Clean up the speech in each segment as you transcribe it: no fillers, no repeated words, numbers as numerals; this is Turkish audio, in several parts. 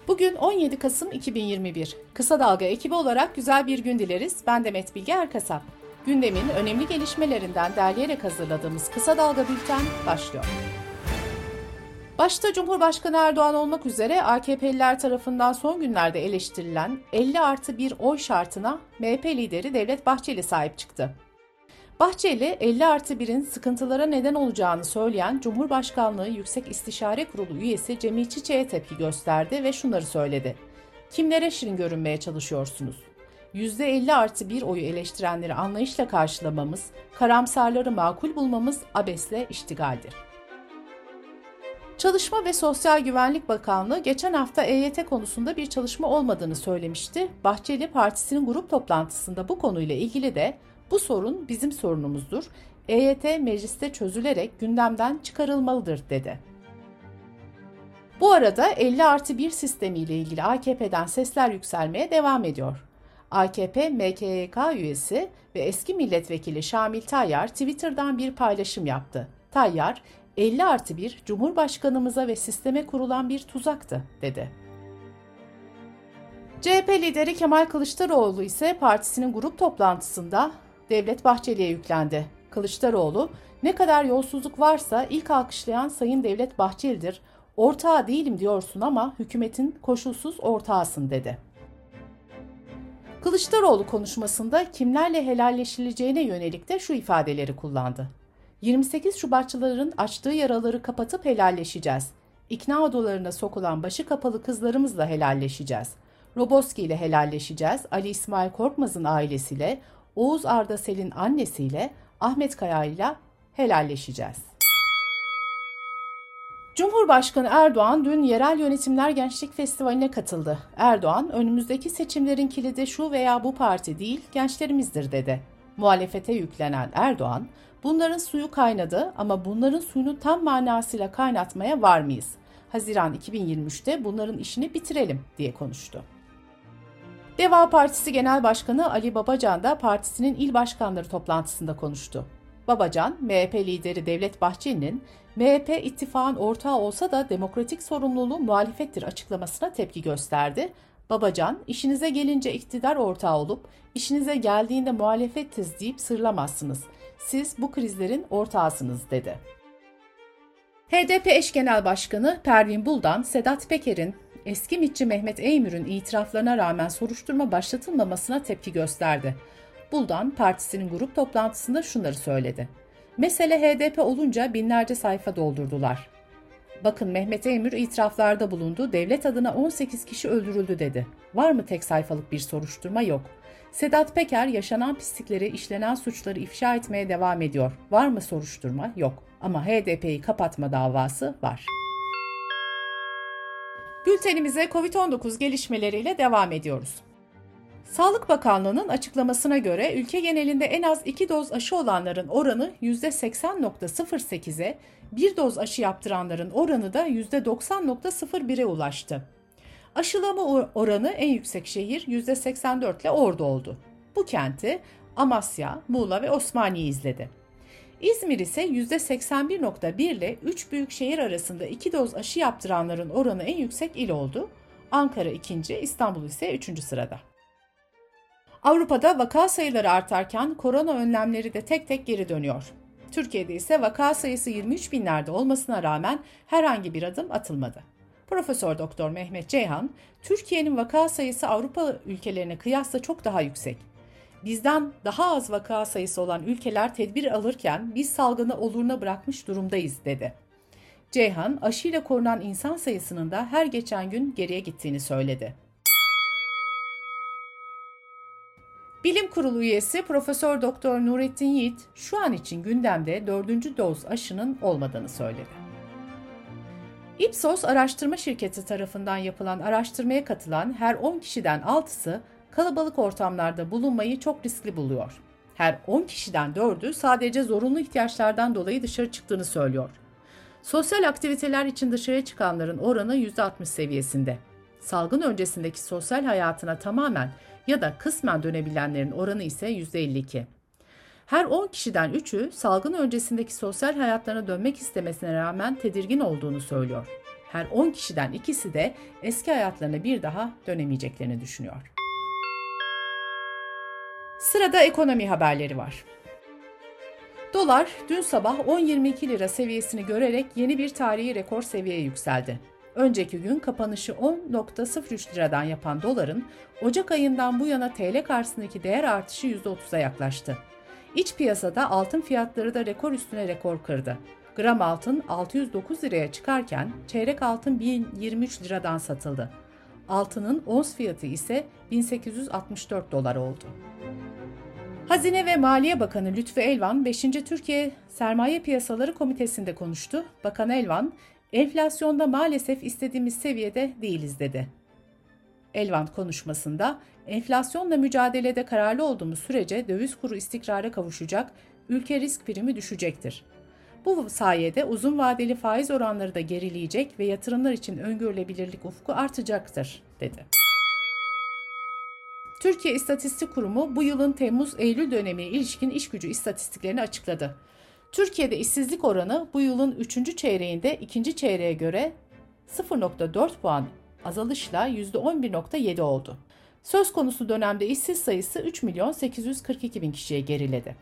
Bugün 17 Kasım 2021. Kısa Dalga ekibi olarak güzel bir gün dileriz. Ben Demet Bilge Erkasap. Gündemin önemli gelişmelerinden derleyerek hazırladığımız Kısa Dalga Bülten başlıyor. Başta Cumhurbaşkanı Erdoğan olmak üzere AKP'liler tarafından son günlerde eleştirilen 50+1 oy şartına MHP lideri Devlet Bahçeli sahip çıktı. Bahçeli, 50+1'in sıkıntılara neden olacağını söyleyen Cumhurbaşkanlığı Yüksek İstişare Kurulu üyesi Cemil Çiçek'e tepki gösterdi ve şunları söyledi. Kimlere şirin görünmeye çalışıyorsunuz? %50+1 oyu eleştirenleri anlayışla karşılamamız, karamsarları makul bulmamız abesle iştigaldir. Çalışma ve Sosyal Güvenlik Bakanlığı geçen hafta EYT konusunda bir çalışma olmadığını söylemişti. Bahçeli partisinin grup toplantısında bu konuyla ilgili de bu sorun bizim sorunumuzdur. EYT mecliste çözülerek gündemden çıkarılmalıdır dedi. Bu arada 50+1 sistemiyle ilgili AKP'den sesler yükselmeye devam ediyor. AKP MKYK üyesi ve eski milletvekili Şamil Tayyar Twitter'dan bir paylaşım yaptı. Tayyar, 50+1 Cumhurbaşkanımıza ve sisteme kurulan bir tuzaktı dedi. CHP lideri Kemal Kılıçdaroğlu ise partisinin grup toplantısında Devlet Bahçeli'ye yüklendi. Kılıçdaroğlu, ne kadar yolsuzluk varsa ilk alkışlayan Sayın Devlet Bahçeli'dir. Ortağı değilim diyorsun ama hükümetin koşulsuz ortağısın dedi. Kılıçdaroğlu konuşmasında kimlerle helalleşileceğine yönelik de şu ifadeleri kullandı. 28 Şubatçıların açtığı yaraları kapatıp helalleşeceğiz. İkna odalarına sokulan başı kapalı kızlarımızla helalleşeceğiz. Roboski ile helalleşeceğiz. Ali İsmail Korkmaz'ın ailesiyle, Oğuz Arda Sel'in annesiyle, Ahmet Kaya ile helalleşeceğiz. Cumhurbaşkanı Erdoğan dün Yerel Yönetimler Gençlik Festivali'ne katıldı. Erdoğan, önümüzdeki seçimlerin kilidi şu veya bu parti değil, gençlerimizdir dedi. Muhalefete yüklenen Erdoğan, bunların suyu kaynadı ama bunların suyunu tam manasıyla kaynatmaya var mıyız? Haziran 2023'te bunların işini bitirelim diye konuştu. Deva Partisi Genel Başkanı Ali Babacan da partisinin il başkanları toplantısında konuştu. Babacan, MHP lideri Devlet Bahçeli'nin MHP ittifakın ortağı olsa da demokratik sorumluluğu muhalefettir açıklamasına tepki gösterdi. Babacan, işinize gelince iktidar ortağı olup, işinize geldiğinde muhalefetiz deyip sırlamazsınız. Siz bu krizlerin ortağısınız dedi. HDP eş genel başkanı Pervin Buldan, Sedat Peker'in eski MİTçi Mehmet Eymür'ün itiraflarına rağmen soruşturma başlatılmamasına tepki gösterdi. Buldan, partisinin grup toplantısında şunları söyledi. Mesele HDP olunca binlerce sayfa doldurdular. Bakın Mehmet Eymür itiraflarda bulundu, devlet adına 18 kişi öldürüldü dedi. Var mı tek sayfalık bir soruşturma? Yok. Sedat Peker yaşanan pislikleri, işlenen suçları ifşa etmeye devam ediyor. Var mı soruşturma? Yok. Ama HDP'yi kapatma davası var. Bültenimize Covid-19 gelişmeleriyle devam ediyoruz. Sağlık Bakanlığı'nın açıklamasına göre ülke genelinde en az 2 doz aşı olanların oranı %80.08'e, 1 doz aşı yaptıranların oranı da %90.01'e ulaştı. Aşılama oranı en yüksek şehir %84 ile Ordu oldu. Bu kenti Amasya, Muğla ve Osmaniye izledi. İzmir ise %81.1 ile 3 büyük şehir arasında 2 doz aşı yaptıranların oranı en yüksek il oldu. Ankara 2. İstanbul ise 3. sırada. Avrupa'da vaka sayıları artarken korona önlemleri de tek tek geri dönüyor. Türkiye'de ise vaka sayısı 23 binlerde olmasına rağmen herhangi bir adım atılmadı. Profesör Doktor Mehmet Ceyhan, Türkiye'nin vaka sayısı Avrupa ülkelerine kıyasla çok daha yüksek. Bizden daha az vaka sayısı olan ülkeler tedbir alırken biz salgını oluruna bırakmış durumdayız dedi. Ceyhan, aşıyla korunan insan sayısının da her geçen gün geriye gittiğini söyledi. Bilim Kurulu üyesi Profesör Doktor Nurettin Yiğit, şu an için gündemde 4. doz aşının olmadığını söyledi. Ipsos araştırma şirketi tarafından yapılan araştırmaya katılan her 10 kişiden 6'sı kalabalık ortamlarda bulunmayı çok riskli buluyor. Her 10 kişiden 4'ü sadece zorunlu ihtiyaçlardan dolayı dışarı çıktığını söylüyor. Sosyal aktiviteler için dışarıya çıkanların oranı %60 seviyesinde. Salgın öncesindeki sosyal hayatına tamamen ya da kısmen dönebilenlerin oranı ise %52. Her 10 kişiden 3'ü salgın öncesindeki sosyal hayatlarına dönmek istemesine rağmen tedirgin olduğunu söylüyor. her 10 kişiden ikisi de eski hayatlarına bir daha dönemeyeceklerini düşünüyor. Sırada ekonomi haberleri var. Dolar dün sabah 10.22 lira seviyesini görerek yeni bir tarihi rekor seviyeye yükseldi. Önceki gün kapanışı 10.03 liradan yapan doların Ocak ayından bu yana TL karşısındaki değer artışı %30'a yaklaştı. İç piyasada altın fiyatları da rekor üstüne rekor kırdı. Gram altın 609 liraya çıkarken çeyrek altın 1023 liradan satıldı. Altının ons fiyatı ise 1864 dolar oldu. Hazine ve Maliye Bakanı Lütfü Elvan 5. Türkiye Sermaye Piyasaları Komitesi'nde konuştu. Bakan Elvan, enflasyonda maalesef istediğimiz seviyede değiliz dedi. Elvan konuşmasında, enflasyonla mücadelede kararlı olduğumuz sürece döviz kuru istikrara kavuşacak, ülke risk primi düşecektir. Bu sayede uzun vadeli faiz oranları da gerileyecek ve yatırımlar için öngörülebilirlik ufku artacaktır, dedi. Türkiye İstatistik Kurumu bu yılın Temmuz-Eylül dönemine ilişkin işgücü istatistiklerini açıkladı. Türkiye'de işsizlik oranı bu yılın 3. çeyreğinde 2. çeyreğe göre 0.4 puan azalışla %11.7 oldu. Söz konusu dönemde işsiz sayısı 3.842.000 kişiye geriledi.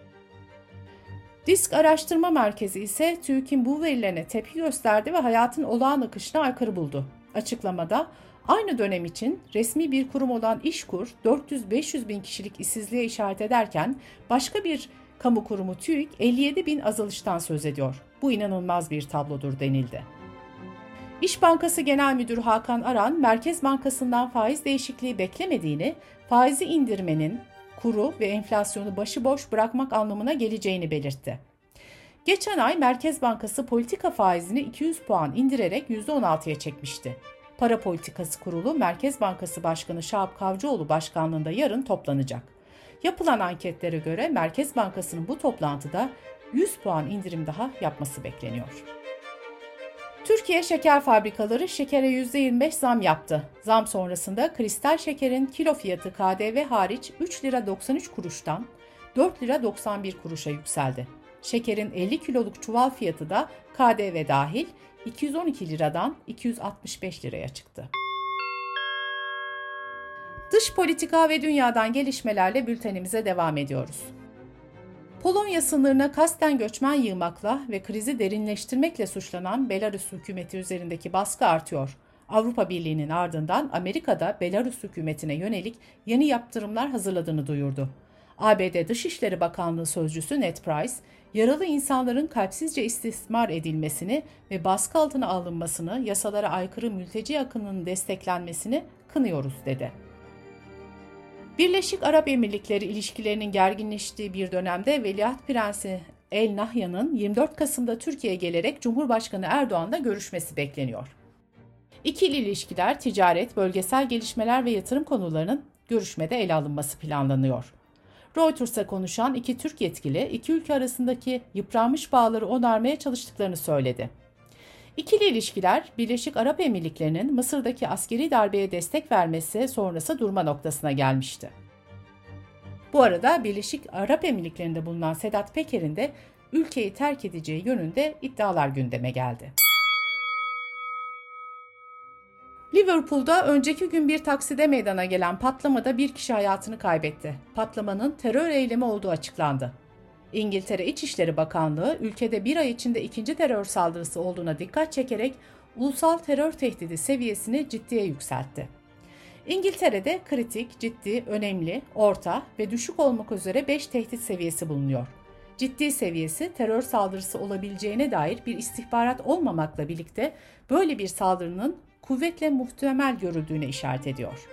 Disk Araştırma Merkezi ise TÜİK'in bu verilerine tepki gösterdi ve hayatın olağan akışına aykırı buldu. Açıklamada, aynı dönem için resmi bir kurum olan İşkur 400-500 bin kişilik işsizliğe işaret ederken başka bir kamu kurumu TÜİK 57 bin azalıştan söz ediyor. Bu inanılmaz bir tablodur denildi. İş Bankası Genel Müdürü Hakan Aran, Merkez Bankası'ndan faiz değişikliği beklemediğini, faizi indirmenin kuru ve enflasyonu başıboş bırakmak anlamına geleceğini belirtti. Geçen ay Merkez Bankası politika faizini 200 puan indirerek %16'ya çekmişti. Para Politikası Kurulu Merkez Bankası Başkanı Şahap Kavcıoğlu başkanlığında yarın toplanacak. Yapılan anketlere göre Merkez Bankası'nın bu toplantıda 100 puan indirim daha yapması bekleniyor. Türkiye Şeker Fabrikaları şekere %25 zam yaptı. Zam sonrasında kristal şekerin kilo fiyatı KDV hariç 3 lira 93 kuruştan 4 lira 91 kuruşa yükseldi. Şekerin 50 kiloluk çuval fiyatı da KDV dahil 212 liradan 265 liraya çıktı. Dış politika ve dünyadan gelişmelerle bültenimize devam ediyoruz. Polonya sınırına kasten göçmen yığmakla ve krizi derinleştirmekle suçlanan Belarus hükümeti üzerindeki baskı artıyor. Avrupa Birliği'nin ardından Amerika'da Belarus hükümetine yönelik yeni yaptırımlar hazırladığını duyurdu. ABD Dışişleri Bakanlığı Sözcüsü Ned Price, yaralı insanların kalpsizce istismar edilmesini ve baskı altına alınmasını, yasalara aykırı mülteci akınının desteklenmesini kınıyoruz dedi. Birleşik Arap Emirlikleri ilişkilerinin gerginleştiği bir dönemde Veliaht Prensi El Nahyan'ın 24 Kasım'da Türkiye'ye gelerek Cumhurbaşkanı Erdoğan'la görüşmesi bekleniyor. İkili ilişkiler, ticaret, bölgesel gelişmeler ve yatırım konularının görüşmede ele alınması planlanıyor. Reuters'a konuşan iki Türk yetkili, iki ülke arasındaki yıpranmış bağları onarmaya çalıştıklarını söyledi. İkili ilişkiler, Birleşik Arap Emirlikleri'nin Mısır'daki askeri darbeye destek vermesi sonrası durma noktasına gelmişti. Bu arada Birleşik Arap Emirlikleri'nde bulunan Sedat Peker'in de ülkeyi terk edeceği yönünde iddialar gündeme geldi. Liverpool'da önceki gün bir takside meydana gelen patlamada bir kişi hayatını kaybetti. Patlamanın terör eylemi olduğu açıklandı. İngiltere İçişleri Bakanlığı, ülkede bir ay içinde ikinci terör saldırısı olduğuna dikkat çekerek ulusal terör tehdidi seviyesini ciddiye yükseltti. İngiltere'de kritik, ciddi, önemli, orta ve düşük olmak üzere 5 tehdit seviyesi bulunuyor. Ciddi seviyesi terör saldırısı olabileceğine dair bir istihbarat olmamakla birlikte böyle bir saldırının kuvvetle muhtemel görüldüğüne işaret ediyor.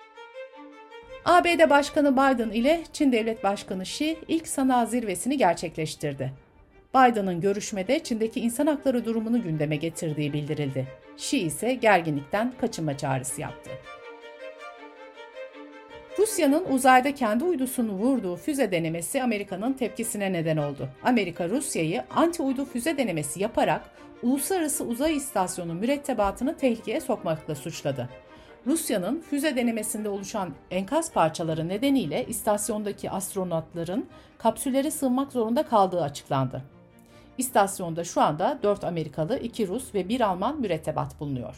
ABD Başkanı Biden ile Çin Devlet Başkanı Xi ilk sanal zirvesini gerçekleştirdi. Biden'ın görüşmede Çin'deki insan hakları durumunu gündeme getirdiği bildirildi. Xi ise gerginlikten kaçınma çağrısı yaptı. Rusya'nın uzayda kendi uydusunu vurduğu füze denemesi Amerika'nın tepkisine neden oldu. Amerika, Rusya'yı anti-uydu füze denemesi yaparak Uluslararası Uzay İstasyonu mürettebatını tehlikeye sokmakla suçladı. Rusya'nın füze denemesinde oluşan enkaz parçaları nedeniyle istasyondaki astronotların kapsüllere sığınmak zorunda kaldığı açıklandı. İstasyonda şu anda 4 Amerikalı, 2 Rus ve 1 Alman mürettebat bulunuyor.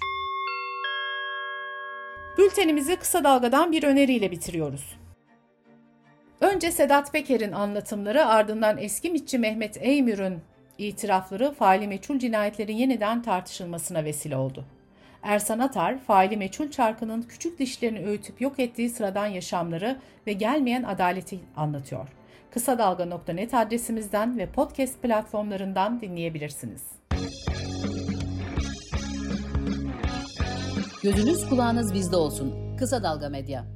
Bültenimizi kısa dalgadan bir öneriyle bitiriyoruz. Önce Sedat Peker'in anlatımları, ardından eski MİTçi Mehmet Eymür'ün itirafları faili meçhul cinayetlerin yeniden tartışılmasına vesile oldu. Ersan Atar, faili meçhul çarkının küçük dişlerini öğütüp yok ettiği sıradan yaşamları ve gelmeyen adaleti anlatıyor. Kısadalga.net adresimizden ve podcast platformlarından dinleyebilirsiniz. Gözünüz kulağınız bizde olsun. Kısa Dalga Medya.